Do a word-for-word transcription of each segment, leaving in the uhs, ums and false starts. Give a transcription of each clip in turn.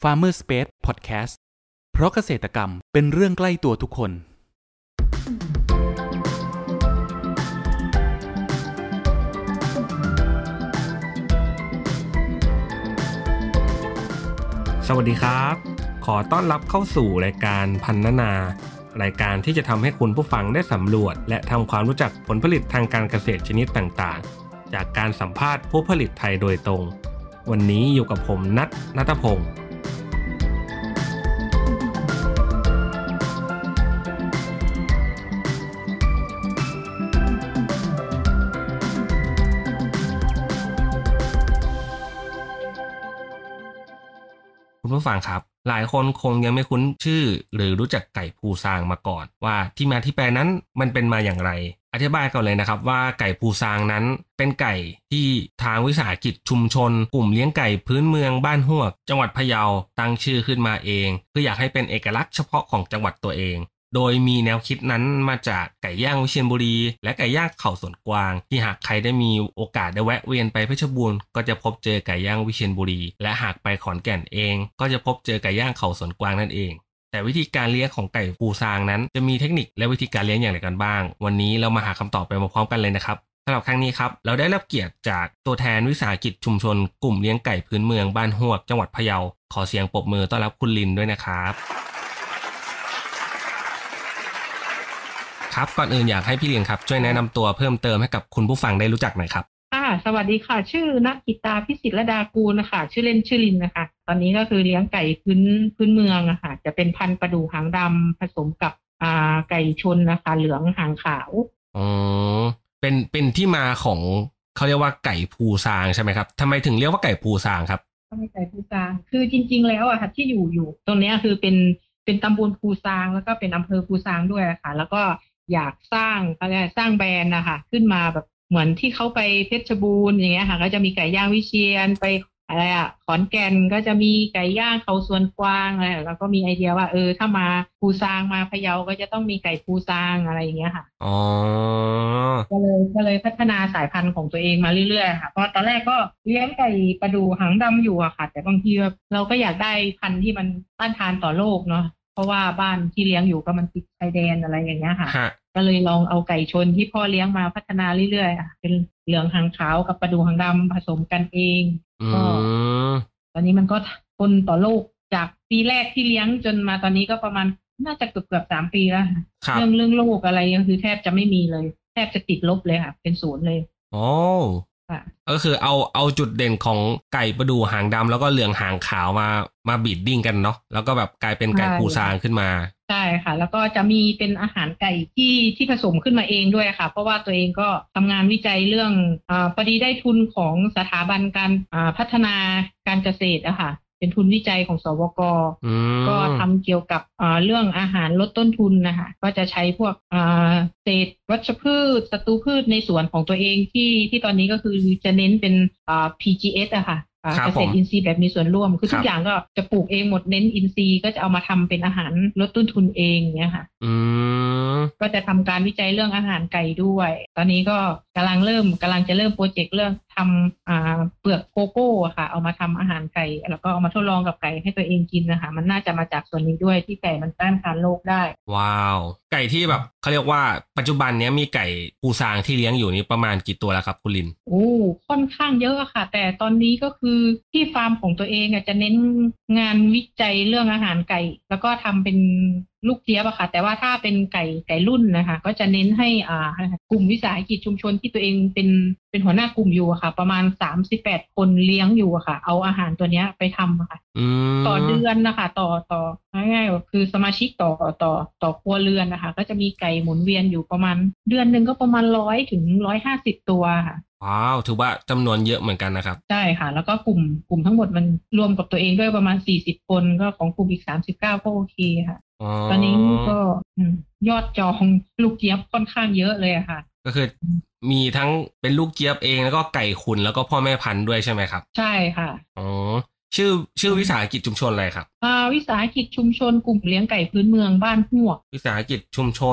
Farmer Space Podcast เพราะเกษตรกรรมเป็นเรื่องใกล้ตัวทุกคนสวัสดีครับขอต้อนรับเข้าสู่รายการพันนานารายการที่จะทำให้คุณผู้ฟังได้สำรวจและทำความรู้จักผลผลิตทางการเกษตรชนิดต่างๆจากการสัมภาษณ์ผู้ผลิตไทยโดยตรงวันนี้อยู่กับผมนัท ณัฐพงศ์คุณผู้ฟังครับหลายคนคงยังไม่คุ้นชื่อหรือรู้จักไก่ภูซางมาก่อนว่าที่มาที่ไปนั้นมันเป็นมาอย่างไรอธิบายก่อนเลยนะครับว่าไก่ภูซางนั้นเป็นไก่ที่ทางวิสาหกิจชุมชนกลุ่มเลี้ยงไก่พื้นเมืองบ้านฮวกจังหวัดพะเยาตั้งชื่อขึ้นมาเองเพื่ออยากให้เป็นเอกลักษณ์เฉพาะของจังหวัดตัวเองโดยมีแนวคิดนั้นมาจากไก่ย่างวิเชียรบุรีและไก่ย่างเขาสวนกวางที่หากใครได้มีโอกาสได้แวะเวียนไปเพชรบูรณ์ก็จะพบเจอไก่ย่างวิเชียรบุรีและหากไปขอนแก่นเองก็จะพบเจอไก่ย่างเขาสวนกวางนั่นเองแต่วิธีการเลี้ยงของไก่ภูซางนั้นจะมีเทคนิคและวิธีการเลี้ยงอย่างไรกันบ้างวันนี้เรามาหาคำตอบไปพร้อมๆกันเลยนะครับสำหรับครั้งนี้ครับเราได้รับเกียรติจากตัวแทนวิสาหกิจชุมชนกลุ่มเลี้ยงไก่พื้นเมืองบ้านฮวกจังหวัดพะเยาขอเสียงปรบมือต้อนรับคุณลินด้วยนะครับครับก่อนอื่นอยากให้พี่ลินครับช่วยแนะนำตัวเพิ่มเติมให้กับคุณผู้ฟังได้รู้จักหน่อยครับค่ะสวัสดีค่ะชื่อนักกิตาพิสิทธิ์ระดากูลนะคะชื่อเล่นชื่อลินนะคะตอนนี้ก็คือเลี้ยงไก่พื้นพื้นเมืองอะค่ะจะเป็นพันธุ์ประดู่หางดำผสมกับอ่าไก่ชนนะคะเหลืองหางขาวอ๋อเป็นเป็นที่มาของเขาเรียกว่าไก่ภูซางใช่ไหมครับทำไมถึงเรียกว่าไก่ภูซางครับทำไมไก่ภูซางคือจริงๆแล้วอะค่ะที่อยู่อยู่ตรงนี้คือเป็นเป็นตำบลภูซางแล้วก็เป็นอำเภอภูซางด้วยค่ะแล้วก็อยากสร้างอะไรสร้างแบรนด์นะคะขึ้นมาแบบเหมือนที่เขาไปเพชรบูรณ์อย่างเงี้ยค่ะก็จะมีไก่ย่างวิเชียรไปอะไรอ่ะขอนแก่นก็จะมีไก่ย่างเขาสวนกวางอะไรแล้วก็มีไอเดียว่าเออถ้ามาภูซางมาพะเยาก็จะต้องมีไก่ภูซางอะไรอย่างเงี้ยค่ะอ๋อก็เลยก็เลยพัฒนาสายพันธุ์ของตัวเองมาเรื่อยๆค่ะเพราะตอนแรกก็เลี้ยงไก่ประดู่หางดำอยู่อะค่ะแต่บางทีเราก็อยากได้พันธุ์ที่มันต้านทานต่อโรคเนาะเพราะว่าบ้านที่เลี้ยงอยู่ก็มันติดชายแดนอะไรอย่างเงี้ยค่ะก็เลยลองเอาไก่ชนที่พ่อเลี้ยงมาพัฒนาเรื่อยๆอ่ะเป็นเหลืองหางขาวกับประดู่หางดำผสมกันเองก็ตอนนี้มันก็ทนต่อโรคจากปีแรกที่เลี้ยงจนมาตอนนี้ก็ประมาณน่าจะเกือบเกือบสามปีแล้วค่ะเรื่องเรื่องโรคอะไรก็คือแทบจะไม่มีเลยแทบจะติดลบเลยค่ะเป็นศูนย์เลยอ๋อก็คือเอาเอาจุดเด่นของไก่ประดู่หางดำแล้วก็เหลืองหางขาวมามาบีดดิ้งกันเนาะแล้วก็แบบกลายเป็นไก่ภูซางขึ้นมาใช่ค่ะแล้วก็จะมีเป็นอาหารไก่ที่ที่ผสมขึ้นมาเองด้วยค่ะเพราะว่าตัวเองก็ทำงานวิจัยเรื่องอ่าพอดีได้ทุนของสถาบันการอ่าพัฒนาการเกษตรอะค่ะเป็นทุนวิจัยของสวก.ก็ทำเกี่ยวกับเรื่องอาหารลดต้นทุนนะคะก็จะใช้พวกเศษวัชพืชศัตรูพืชในสวนของตัวเองที่ที่ตอนนี้ก็คือจะเน้นเป็น พี จี เอส อะค่ะเกษตรอินทรีย์แบบมีส่วนร่วมคือทุกอย่างก็จะปลูกเองหมดเน้นอินทรีย์ก็จะเอามาทำเป็นอาหารลดต้นทุนเองเนี่ยค่ะก็จะทำการวิจัยเรื่องอาหารไก่ด้วยตอนนี้ก็กำลังเริ่มกำลังจะเริ่มโปรเจกต์เรื่องทำเปลือกโกโก้ค่ะเอามาทำอาหารไก่แล้วก็เอามาทดลองกับไก่ให้ตัวเองกินนะคะมันน่าจะมาจากส่วนนี้ด้วยที่ไก่มันต้านทานโรคได้ว้าวไก่ที่แบบเขาเรียกว่าปัจจุบันนี้มีไก่ภูซางที่เลี้ยงอยู่นี้ประมาณกี่ตัวแล้วครับคุณลินโอ้ค่อนข้างเยอะค่ะแต่ตอนนี้ก็คือที่ฟาร์มของตัวเองจะเน้นงานวิจัยเรื่องอาหารไก่แล้วก็ทำเป็นลูกเจี๊ยบอะค่ะแต่ว่าถ้าเป็นไก่ไก่รุ่นนะคะก็จะเน้นให้อ่ากลุ่มวิสาหกิจชุมชนที่ตัวเองเป็นเป็นหัวหน้ากลุ่มอยู่อะค่ะประมาณสามสิบแปดคนเลี้ยงอยู่อะค่ะเอาอาหารตัวเนี้ยไปทำอะค่ะต่อเดือนนะคะต่อต่อง่ายๆคือสมาชิกต่อต่อต่อครัวเรือนนะคะก็จะมีไก่หมุนเวียนอยู่ประมาณเดือนนึงก็ประมาณร้อยถึงร้อยห้าสิบตัวค่ะว้าวถือว่าจำนวนเยอะเหมือนกันนะครับใช่ค่ะแล้วก็กลุ่มกลุ่มทั้งหมดมันรวมกับตัวเองด้วยประมาณสี่สิบคนก็ของกลุ่มอีกสามสิบเก้าก็โอเคค่ะตอนนี้ก็ยอดจองลูกเจี๊ยบค่อนข้างเยอะเลยค่ะก็คือมีทั้งเป็นลูกเจี๊ยบเองแล้วก็ไก่ขุนแล้วก็พ่อแม่พันธุ์ด้วยใช่ไหมครับใช่ค่ะอ๋อชื่อชื่อวิสาหกิจชุมชนอะไรครับอ่าวิสาหกิจชุมชนกลุ่มเลี้ยงไก่พื้นเมืองบ้านฮวกวิสาหกิจชุมชน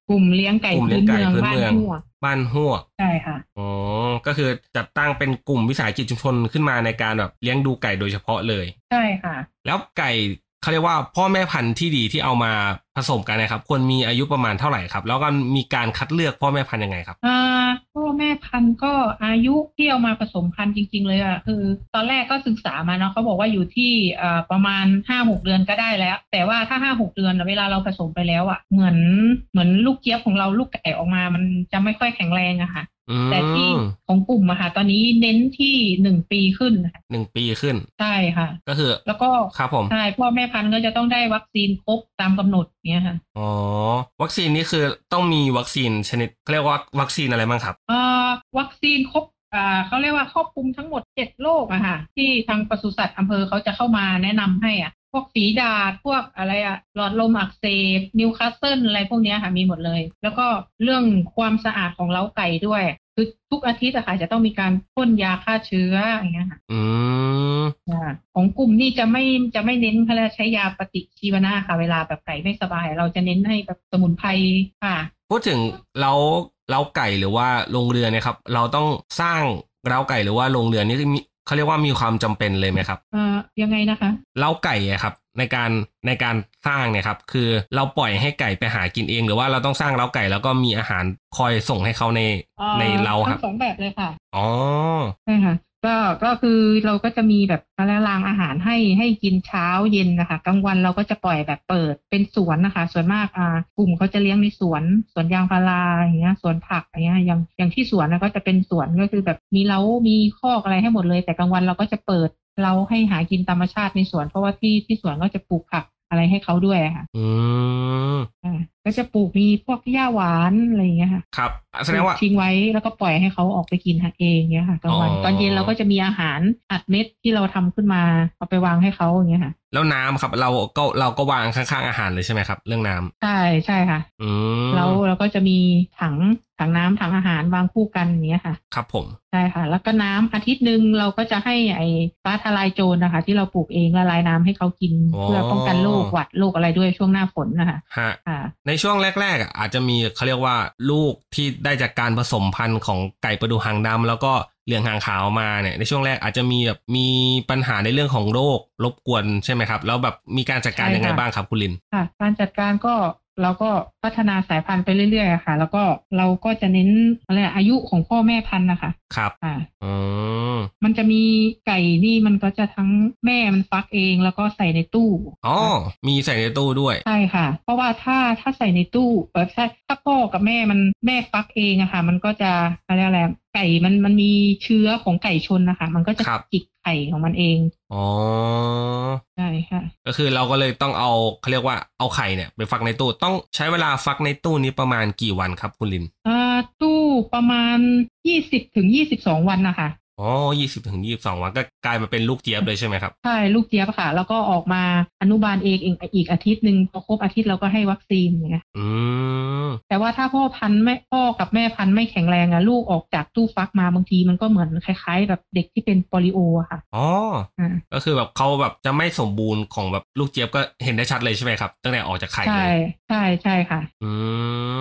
กลุ่มเลี้ยงไก่พื้นเมืองบ้านหัวบ้านหัวใช่ค่ะอ๋อก็คือจัดตั้งเป็นกลุ่มวิสาหกิจชุมชนขึ้นมาในการแบบเลี้ยงดูไก่โดยเฉพาะเลยใช่ค่ะแล้วไก่เขาเรียกว่าพ่อแม่พันธุ์ที่ดีที่เอามาผสมกันนะครับควรมีอายุประมาณเท่าไหร่ครับแล้วก็มีการคัดเลือกพ่อแม่พันธุ์ยังไงครับอ่าพ่อแม่พันธุ์ก็อายุที่เอามาผสมพันธุ์จริงๆเลยอ่ะคือตอนแรกก็ศึกษามาเนาะเขาบอกว่าอยู่ที่อ่าประมาณ ห้าหก เดือนก็ได้แล้วแต่ว่าถ้า ห้าหก เดือนเวลาเราผสมไปแล้วอ่ะเหมือนเหมือนลูกเจี๊ยบของเราลูกไก่ออกมามันจะไม่ค่อยแข็งแรงอะค่ะแต่ที่ของกลุ่มอะค่ะตอนนี้เน้นที่หนึ่งปีขึ้นค่ะหนึ่งปีขึ้นใช่ค่ะก็คือแล้วก็ครับผมใช่พ่อแม่พันธุ์ก็จะต้องได้วัคซีนครบตามกำหนดเนี้ยค่ะอ๋อวัคซีนนี้คือต้องมีวัคซีนชนิดเรียกว่าวัคซีนอะไรบ้างครับอ่าวัคซีนครบอ่าเขาเรียกว่าครอบคลุมทั้งหมดเจ็ดโรคอะค่ะที่ทางปศุสัตว์อำเภอเขาจะเข้ามาแนะนำให้อ่ะพวกฝีดาษพวกอะไรอะหลอดลมอักเสบนิวคาสเซิลอะไรพวกนี้ค่ะมีหมดเลยแล้วก็เรื่องความสะอาดของเล้าไก่ด้วยคือทุกอาทิตย์อะค่ะจะต้องมีการพ่นยาฆ่าเชื้ออย่างเงี้ยค่ะอืมของกลุ่มนี่จะไม่จะไม่เน้นเขาเรียกใช้ยาปฏิชีวนะค่ะเวลาแบบไก่ไม่สบายเราจะเน้นให้แบบสมุนไพรค่ะพูดถึงเล้าเล้าไก่หรือว่าโรงเรือนเนี่ยครับเราต้องสร้างเล้าไก่หรือว่าโรงเรือนนี่มีเขาเรียกว่ามีความจำเป็นเลยไหมครับเอ่อยังไงนะคะเล้าไก่อะครับในการในการสร้างเนี่ยครับคือเราปล่อยให้ไก่ไปหากินเองหรือว่าเราต้องสร้างเล้าไก่แล้วก็มีอาหารคอยส่งให้เขาในในเล้าครับทั้งสองแบบเลยค่ะอ๋อใช่ค่ะก็ก็คือเราก็จะมีแบบอะไรรางอาหารให้ให้กินเช้าเย็นนะคะกลางวันเราก็จะปล่อยแบบเปิดเป็นสวนนะคะส่วนมากอ่ากลุ่มเขาจะเลี้ยงในสวนสวนยางพาราอย่างเงี้ยสวนผักอย่างเงี้ยอย่างอย่างที่สวนนะก็จะเป็นสวนก็คือแบบมีเล้ามีคอกอะไรให้หมดเลยแต่กลางวันเราก็จะเปิดเราให้หากินธรรมชาติในสวนเพราะว่าที่ที่สวนก็จะปลูกผักอะไรให้เขาด้วยค่ะอืมอ่าก็จะปลูกมีพวกหญ้าหวานอะไรอย่างเงี้ยค่ะครับแสดงว่าทิ้งไว้แล้วก็ปล่อยให้เขาออกไปกินเองเงี้ยค่ะกลางวันตอนเย็นเราก็จะมีอาหารอัดเม็ดที่เราทำขึ้นมาเอาไปวางให้เขาอย่างเงี้ยค่ะแล้วน้ำครับเราก็เราก็วางข้างๆอาหารเลยใช่ไหมครับเรื่องน้ำใช่ใช่ค่ะอืมแล้วเราก็จะมีถังถังน้ำถังอาหารวางคู่กันอย่างเงี้ยค่ะครับผมใช่ค่ะแล้วก็น้ำอาทิตย์นึงเราก็จะให้ไอ้ฟ้าทลายโจรนะคะที่เราปลูกเองละลายน้ำให้เขากินเพื่อป้องกันโรคหวัดโรคอะไรด้วยช่วงหน้าฝนนะคะฮะในช่วงแรกๆอ่ะอาจจะมีเขาเรียกว่าลูกที่ได้จากการผสมพันธุ์ของไก่ประดูหางดำแล้วก็เหลืองหางขาวมาเนี่ยในช่วงแรกอาจจะมีแบบมีปัญหาในเรื่องของโรครบกวนใช่ไหมครับแล้วแบบมีการจัดการยังไงบ้างครับคุณลินค่ะการจัดการก็เราก็พัฒนาสายพันธุ์ไปเรื่อยๆค่ะแล้วก็เราก็จะเน้นอะไรอายุของพ่อแม่พันธุ์นะคะครับอ่าอืมมันจะมีไก่นี่มันก็จะทั้งแม่มันฟักเองแล้วก็ใส่ในตู้อ๋อมีใส่ในตู้ด้วยใช่ค่ะเพราะว่าถ้าถ้าใส่ในตู้เออถ้าถ้าพ่อกับแม่มันแม่ฟักเองอะค่ะมันก็จะอะไรอะไรไก่มันมันมีเชื้อของไก่ชนนะคะมันก็จะจิกไข่ของมันเองอ๋อใช่ค่ะก็คือเราก็เลยต้องเอาเขาเรียกว่าเอาไข่เนี่ยไปฟักในตู้ต้องใช้เวลาฟักในตู้นี้ประมาณกี่วันครับคุณลินอ่าตู้ประมาณยี่สิบถึงยี่สิบสองวันนะคะอ๋อยี่สิบถึงยี่สิบสองวันก็กลายมาเป็นลูกเจี๊ยบเลยใช่ไหมครับใช่ลูกเจี๊ยบค่ะแล้วก็ออกมาอนุบาลเองอีกอาทิตย์นึงพอครบอาทิตย์เราก็ให้วัคซีนอย่างเงี้ยอืมแต่ว่าถ้าพ่อพันธุ์ไม่พ่อกับแม่พันธุ์ไม่แข็งแรงอะลูกออกจากตู้ฟักมาบางทีมันก็เหมือนคล้ายๆแบบเด็กที่เป็นโปลิโออะค่ะอ๋อก็คือแบบเขาแบบจะไม่สมบูรณ์ของแบบลูกเจี๊ยบก็เห็นได้ชัดเลยใช่ไหมครับตั้งแต่ออกจากไข่เลยใช่ใช่ใช่ค่ะอืม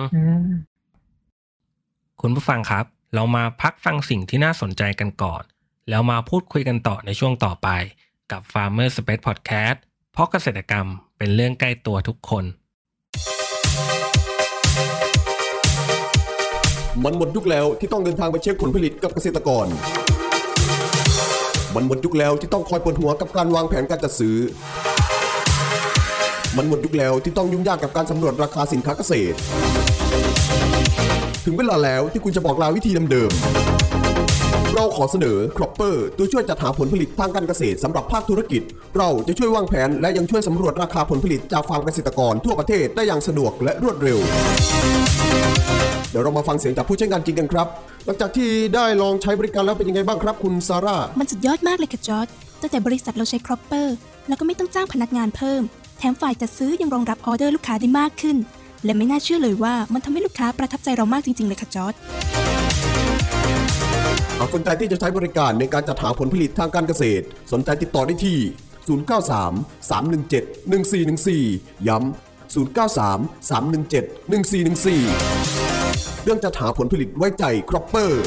คุณผู้ฟังครับเรามาพักฟังสิ่งที่น่าสนใจกันก่อนแล้วมาพูดคุยกันต่อในช่วงต่อไปกับ Farmer Space Podcast เพราะเกษตรกรรมเป็นเรื่องใกล้ตัวทุกคนมันหมดยุคแล้วที่ต้องเดินทางไปเช็คผลผลิตกับเกษตรกรมันหมดยุคแล้วที่ต้องคอยปวดหัวกับการวางแผนการจัดซื้อมันหมดยุคแล้วที่ต้องยุ่งยากกับการสำรวจราคาสินค้าเกษตรถึงเวลาแล้วที่คุณจะบอกลาวิธีเดิมๆเราขอเสนอ Cropper ตัวช่วยจัดหาผลผลิตทางการเกษตรสำหรับภาคธุรกิจเราจะช่วยวางแผนและยังช่วยสำรวจราคาผลผลิตจากฟาร์มเกษตรกรทั่วประเทศได้อย่างสะดวกและรวดเร็วเดี๋ยวเรามาฟังเสียงจากผู้ใช้งานจริงกันครับหลังจากที่ได้ลองใช้บริการแล้วเป็นยังไงบ้างครับคุณซาร่ามันสุดยอดมากเลยค่ะจอร์จตั้งแต่บริษัทเราใช้ Cropper แล้วก็ไม่ต้องจ้างพนักงานเพิ่มแถมฝ่ายจัดซื้อยังรองรับออเดอร์ลูกค้าได้มากขึ้นและไม่น่าเชื่อเลยว่ามันทำให้ลูกค้าประทับใจเรามากจริงๆเลยค่ะจอร์จหากสนใจที่จะใช้บริการในการจัดหาผลผลิตทางการเกษตรสนใจติดต่อได้ที่ศูนย์ เก้า สาม สาม หนึ่ง เจ็ด หนึ่ง สี่ หนึ่ง สี่ย้ศูนย์ เก้า สาม สาม หนึ่ง เจ็ด หนึ่ง สี่ หนึ่ง สี่เรื่องจัดหาผลผลิตไว้ใจครอปเปอร์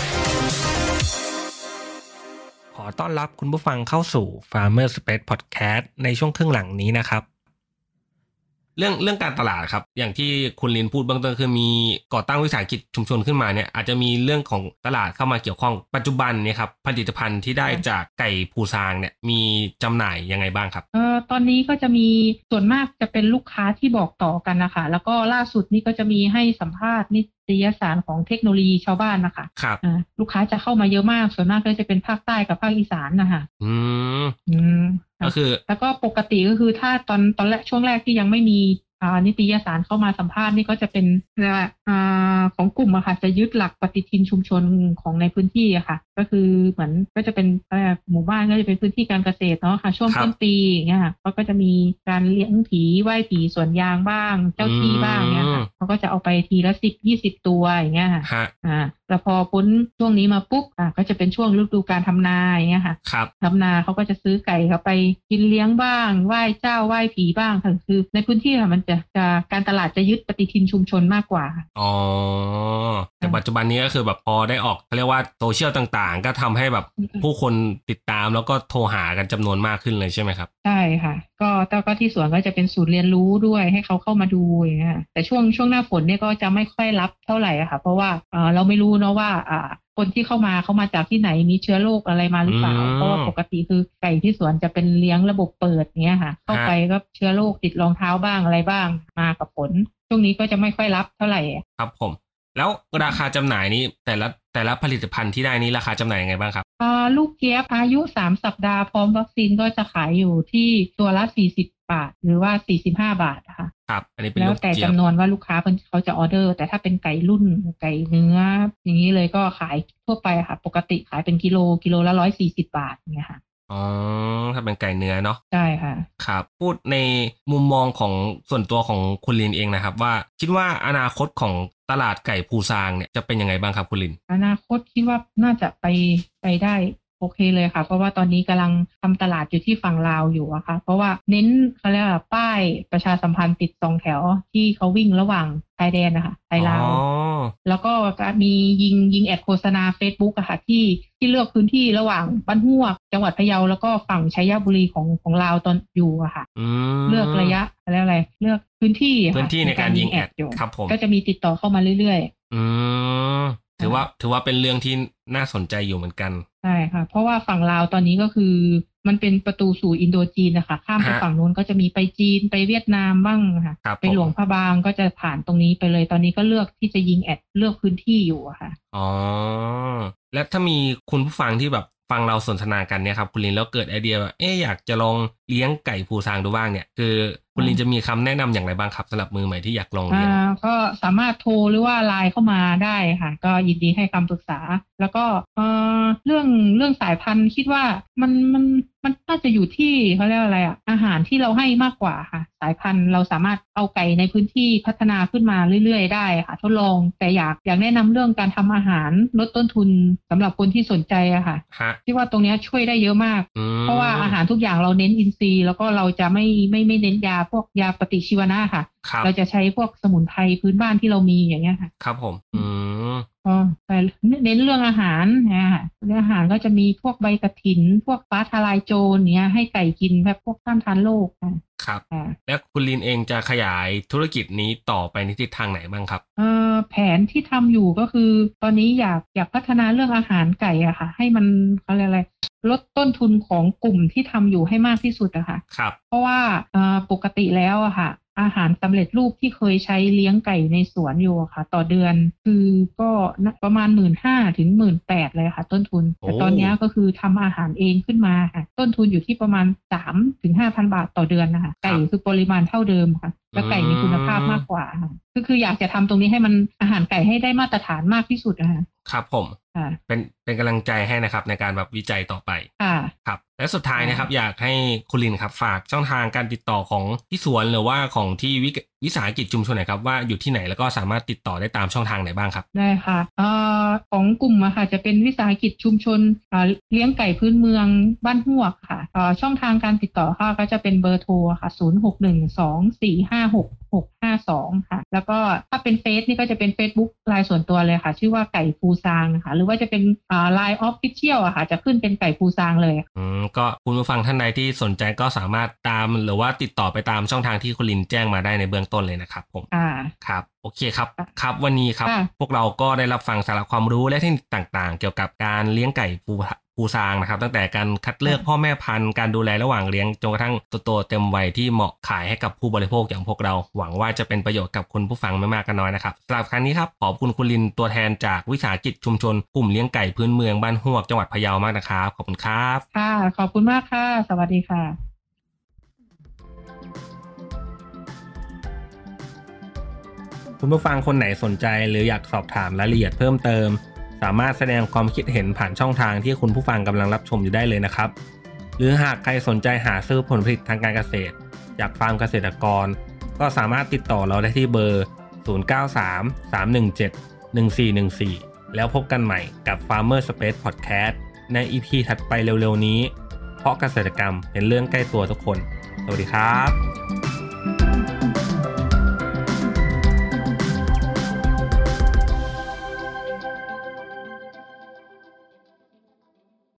ขอต้อนรับคุณผู้ฟังเข้าสู่ Farmer Space Podcast ในช่วงครึ่งหลังนี้นะครับเรื่องเรื่องการตลาดครับอย่างที่คุณลินพูดเบื้องต้นคือมีก่อตั้งวิสาหกิจชุมชนขึ้นมาเนี่ยอาจจะมีเรื่องของตลาดเข้ามาเกี่ยวข้องปัจจุบันเนี่ยครับผลิตภัณฑ์ที่ได้จากไก่ภูซางเนี่ยมีจำหน่ายยังไงบ้างครับเอ่อตอนนี้ก็จะมีส่วนมากจะเป็นลูกค้าที่บอกต่อกันนะคะแล้วก็ล่าสุดนี่ก็จะมีให้สัมภาษณ์นิตยสารของเทคโนโลยีชาวบ้านนะคะครับลูกค้าจะเข้ามาเยอะมากส่วนมากก็จะเป็นภาคใต้กับภาคอีสานนะคะอืมอืมก็คือแล้วก็ปกติก็คือถ้าตอนตอนแรกช่วงแรกที่ยังไม่มีอ่านิตยสารเข้ามาสัมภาษณ์นี่ก็จะเป็นอ่าของกลุ่มอะค่ะจะยึดหลักปฏิทินชุมชนของในพื้นที่อะค่ะก็คือเหมือนก็จะเป็นหมู่บ้านก็จะเป็นพื้นที่การเกษตรเนาะค่ะช่วงต้นปีอย่างเงี้ยค่ะเขาก็จะมีการเลี้ยงผีไหว้ผีสวนยางบ้างเจ้าที่บ้างเงี้ยค่ะเขาก็จะเอาไปทีละสิบยี่สิบตัวอย่างเงี้ยค่ะอ่าแล้วพอพ้นช่วงนี้มาปุ๊บอ่าก็จะเป็นช่วงฤดูการทำนาอย่างเงี้ยค่ะทำนาเขาก็จะซื้อไก่เขาไปกินเลี้ยงบ้างไหว้เจ้าไหว้ผีบ้างคือในพื้นที่ค่ะมันจะจะการตลาดจะยึดปฏิทินชุมชนมากกว่าอ๋อแต่ปัจจุบันนี้ก็คือแบบพอได้ออกเขาเรียกว่าโซเชียลต่างๆก็ทำให้แบบผู้คนติดตามแล้วก็โทรหากันจำนวนมากขึ้นเลยใช่ไหมครับใช่ค่ะก็แต่ก็ที่สวนก็จะเป็นศูนย์เรียนรู้ด้วยให้เขาเข้ามาดูอย่างเงี้ยแต่ช่วงช่วงหน้าฝนเนี่ยก็จะไม่ค่อยรับเท่าไหร่อะค่ะเพราะว่าเออเราไม่รู้เนาะว่าอ่าคนที่เข้ามาเขามาจากที่ไหนมีเชื้อโรคอะไรมาหรือเปล่าเพราะว่าปกติคือไก่ที่สวนจะเป็นเลี้ยงระบบเปิดเงี้ยค่ะเข้าไปก็เชื้อโรคติดรองเท้าบ้างอะไรบ้างมากับฝนช่วงนี้ก็จะไม่ค่อยรับเท่าไหร่ครับผมแล้วราคาจำหน่ายนี้แต่ละแต่ละผลิตภัณฑ์ที่ได้นี้ราคาจำหน่ายยังไงบ้างครับอ่าลูกเจี๊ยบอายุสามสัปดาห์พร้อมวัคซีนก็จะขายอยู่ที่ตัวละสี่สิบบาทหรือว่าสี่สิบห้าบาทค่ะครับอันนี้เป็นแล้วแต่จำนวนว่าลูกค้าเขาจะออเดอร์แต่ถ้าเป็นไก่รุ่นไก่เนื้ออย่างนี้เลยก็ขายทั่วไปค่ะปกติขายเป็นกิโลกิโลละร้อยสี่สิบบาทเนี่ยค่ะอ๋อถ้าเป็นไก่เนื้อเนาะใช่ค่ะครับพูดในมุมมองของส่วนตัวของคุณลินเองนะครับว่าคิดว่าอนาคตของตลาดไก่ภูซางเนี่ยจะเป็นยังไงบ้างครับคุณลินอนาคตคิดว่าน่าจะไปไปได้โอเคเลยค่ะเพราะว่าตอนนี้กำลังทำตลาดอยู่ที่ฝั่งลาวอยู่อะค่ะเพราะว่าเน้นเขาเรียกว่าป้ายประชาสัมพันธ์ติดสองแถวที่เขาวิ่งระหว่างชายแดนนะคะไทยลาวแล้วก็มียิงยิงแอดโฆษณา Facebook อะค่ะที่ที่เลือกพื้นที่ระหว่างบ้านฮวกจังหวัดพะเยาแล้วก็ฝั่งชัยบุรีของของลาวตอนอยู่อะค่ะเลือกระยะอะไรอะไรเลือกพื้นที่พื้นที่ในการยิงแอดครับผมก็จะมีติดต่อเข้ามาเรื่อยๆอืมถือว่าถือว่าเป็นเรื่องที่น่าสนใจอยู่เหมือนกันใช่ค่ะเพราะว่าฝั่งลาวตอนนี้ก็คือมันเป็นประตูสู่อินโดจีนนะคะข้ามไปฝั่งนู้นก็จะมีไปจีนไปเวียดนามบ้างค่ะไปหลวงพระบางก็จะผ่านตรงนี้ไปเลยตอนนี้ก็เลือกที่จะยิงแอดเลือกพื้นที่อยู่อะค่ะอ๋อและถ้ามีคุณผู้ฟังที่แบบฟังเราสนทนากันเนี่ยครับคุณลินแล้วเกิดไอเดียว่าเอ๊ะอยากจะลองเลี้ยงไก่ภูซางดูบ้างเนี่ยคือคุณลินจะมีคำแนะนำอย่างไรบ้างครับสำหรับมือใหม่ที่อยากลองเลี้ยงก็สามารถโทรหรือว่าไลน์เข้ามาได้ค่ะก็ยินดีให้คำปรึกษาแล้วก็เอ่อเรื่องเรื่องสายพันธุ์คิดว่ามันมันมันน่าจะอยู่ที่เขาเรียกอะไรอ่ะอาหารที่เราให้มากกว่าค่ะสายพันธุ์เราสามารถเอาไก่ในพื้นที่พัฒนาขึ้นมาเรื่อยๆได้ค่ะทดลองแต่อยากอยากแนะนำเรื่องการทำอาหารลดต้นทุนสำหรับคนที่สนใจอะค่ะคิดว่าตรงนี้ช่วยได้เยอะมากเพราะว่าอาหารทุกอย่างเราเน้นอินทรีย์แล้วก็เราจะไม่ไม่ไม่เน้นยาพวกยาปฏิชีวนะค่ะเราจะใช้พวกสมุนไพรพื้นบ้านที่เรามีอย่างเงี้ยค่ะครับผมอืมอ๋อแต่เน้นเรื่องอาหารนะเรื่องอาหารก็จะมีพวกใบกระถินพวกฟ้าทลายโจรเนี้ยให้ไก่กินแบบพวกต้านทานโรคครับแล้วคุณลินเองจะขยายธุรกิจนี้ต่อไปในทิศทางไหนบ้างครับเอ่อแผนที่ทำอยู่ก็คือตอนนี้อยากอยากพัฒนาเรื่องอาหารไก่อะค่ะให้มันอะไรอะไรลดต้นทุนของกลุ่มที่ทำอยู่ให้มากที่สุดอะค่ะครับเพราะว่าเอ่อปกติแล้วอะค่ะอาหารสำเร็จรูปที่เคยใช้เลี้ยงไก่ในสวนอยู่ค่ะต่อเดือนคือก็ประมาณ หนึ่งหมื่นห้าพัน ถึง หนึ่งหมื่นแปดพัน เลยค่ะต้นทุนแต่ตอนนี้ก็คือทำอาหารเองขึ้นมาค่ะต้นทุนอยู่ที่ประมาณ สามถึงห้าพัน บาทต่อเดือนนะคะไก่คือปริมาณเท่าเดิมค่ะแล้วไก่มีคุณภาพมากกว่าค่ะก็คืออยากจะทำตรงนี้ให้มันอาหารไก่ให้ได้มาตรฐานมากที่สุดนะคะครับผมเป็นเป็นกำลังใจให้นะครับในการแบบวิจัยต่อไปครับและสุดท้ายนะครับอยากให้คุณลินครับฝากช่องทางการติดต่อของที่สวนหรือว่าของที่วิสาหกิจชุมชนหน่อยครับว่าอยู่ที่ไหนแล้วก็สามารถติดต่อได้ตามช่องทางไหนบ้างครับได้ค่ะเอ่อของกลุ่มอะค่ะจะเป็นวิสาหกิจชุมชนเลี้ยงไก่พื้นเมืองบ้านฮวกค่ะเอ่อช่องทางการติดต่อค่ะก็จะเป็นเบอร์โทรค่ะศูนย์หกหนึ่งสองสี่ห้าหกหกห้าสองค่ะแล้วก็ถ้าเป็นเฟซนี่ก็จะเป็น Facebook ไลน์ส่วนตัวเลยค่ะชื่อว่าไก่ภูซางนะคะหรือว่าจะเป็นอ่า ไลน์ Official อะค่ะจะขึ้นเป็นไก่ภูซางเลยอืมก็คุณผู้ฟังท่านใดที่สนใจก็สามารถตามหรือว่าติดต่อไปตามช่องทางที่คุณลินแจ้งมาได้ในเบื้องต้นเลยนะครับผมอ่าครับโอเคครับครับวันนี้ครับพวกเราก็ได้รับฟังสาระความรู้และเทคนิคต่างๆเกี่ยวกับการเลี้ยงไก่ภูภูซางนะครับตั้งแต่การคัดเลือกพ่อแม่พันธุ์การดูแลระหว่างเลี้ยงจนกระทั่งโตๆเต็มวัยที่เหมาะขายให้กับผู้บริโภคอย่างพวกเราหวังว่าจะเป็นประโยชน์กับคุณผู้ฟังไม่มากก็น้อยนะครับสำหรับครั้งนี้ครับขอบคุณคุณลินตัวแทนจากวิสาหกิจชุมชนกลุ่มเลี้ยงไก่พื้นเมืองบ้านฮวกจังหวัดพะเยามากนะครับขอบคุณครับค่ะขอบคุณมากค่ะสวัสดีค่ะคุณผู้ฟังคนไหนสนใจหรืออยากสอบถามรายละเอียดเพิ่มเติมสามารถแสดงความคิดเห็นผ่านช่องทางที่คุณผู้ฟังกำลังรับชมอยู่ได้เลยนะครับหรือหากใครสนใจหาซื้อผลผลิตทางการเกษตรจากฟาร์มเกษตรกรก็สามารถติดต่อเราได้ที่เบอร์ศูนย์ เก้า สาม สาม หนึ่ง เจ็ด หนึ่ง สี่ หนึ่ง สี่แล้วพบกันใหม่กับ Farmer Space Podcast ใน อี พี ถัดไปเร็วๆนี้เพราะเกษตรกรรมเป็นเรื่องใกล้ตัวทุกคนสวัสดีครับ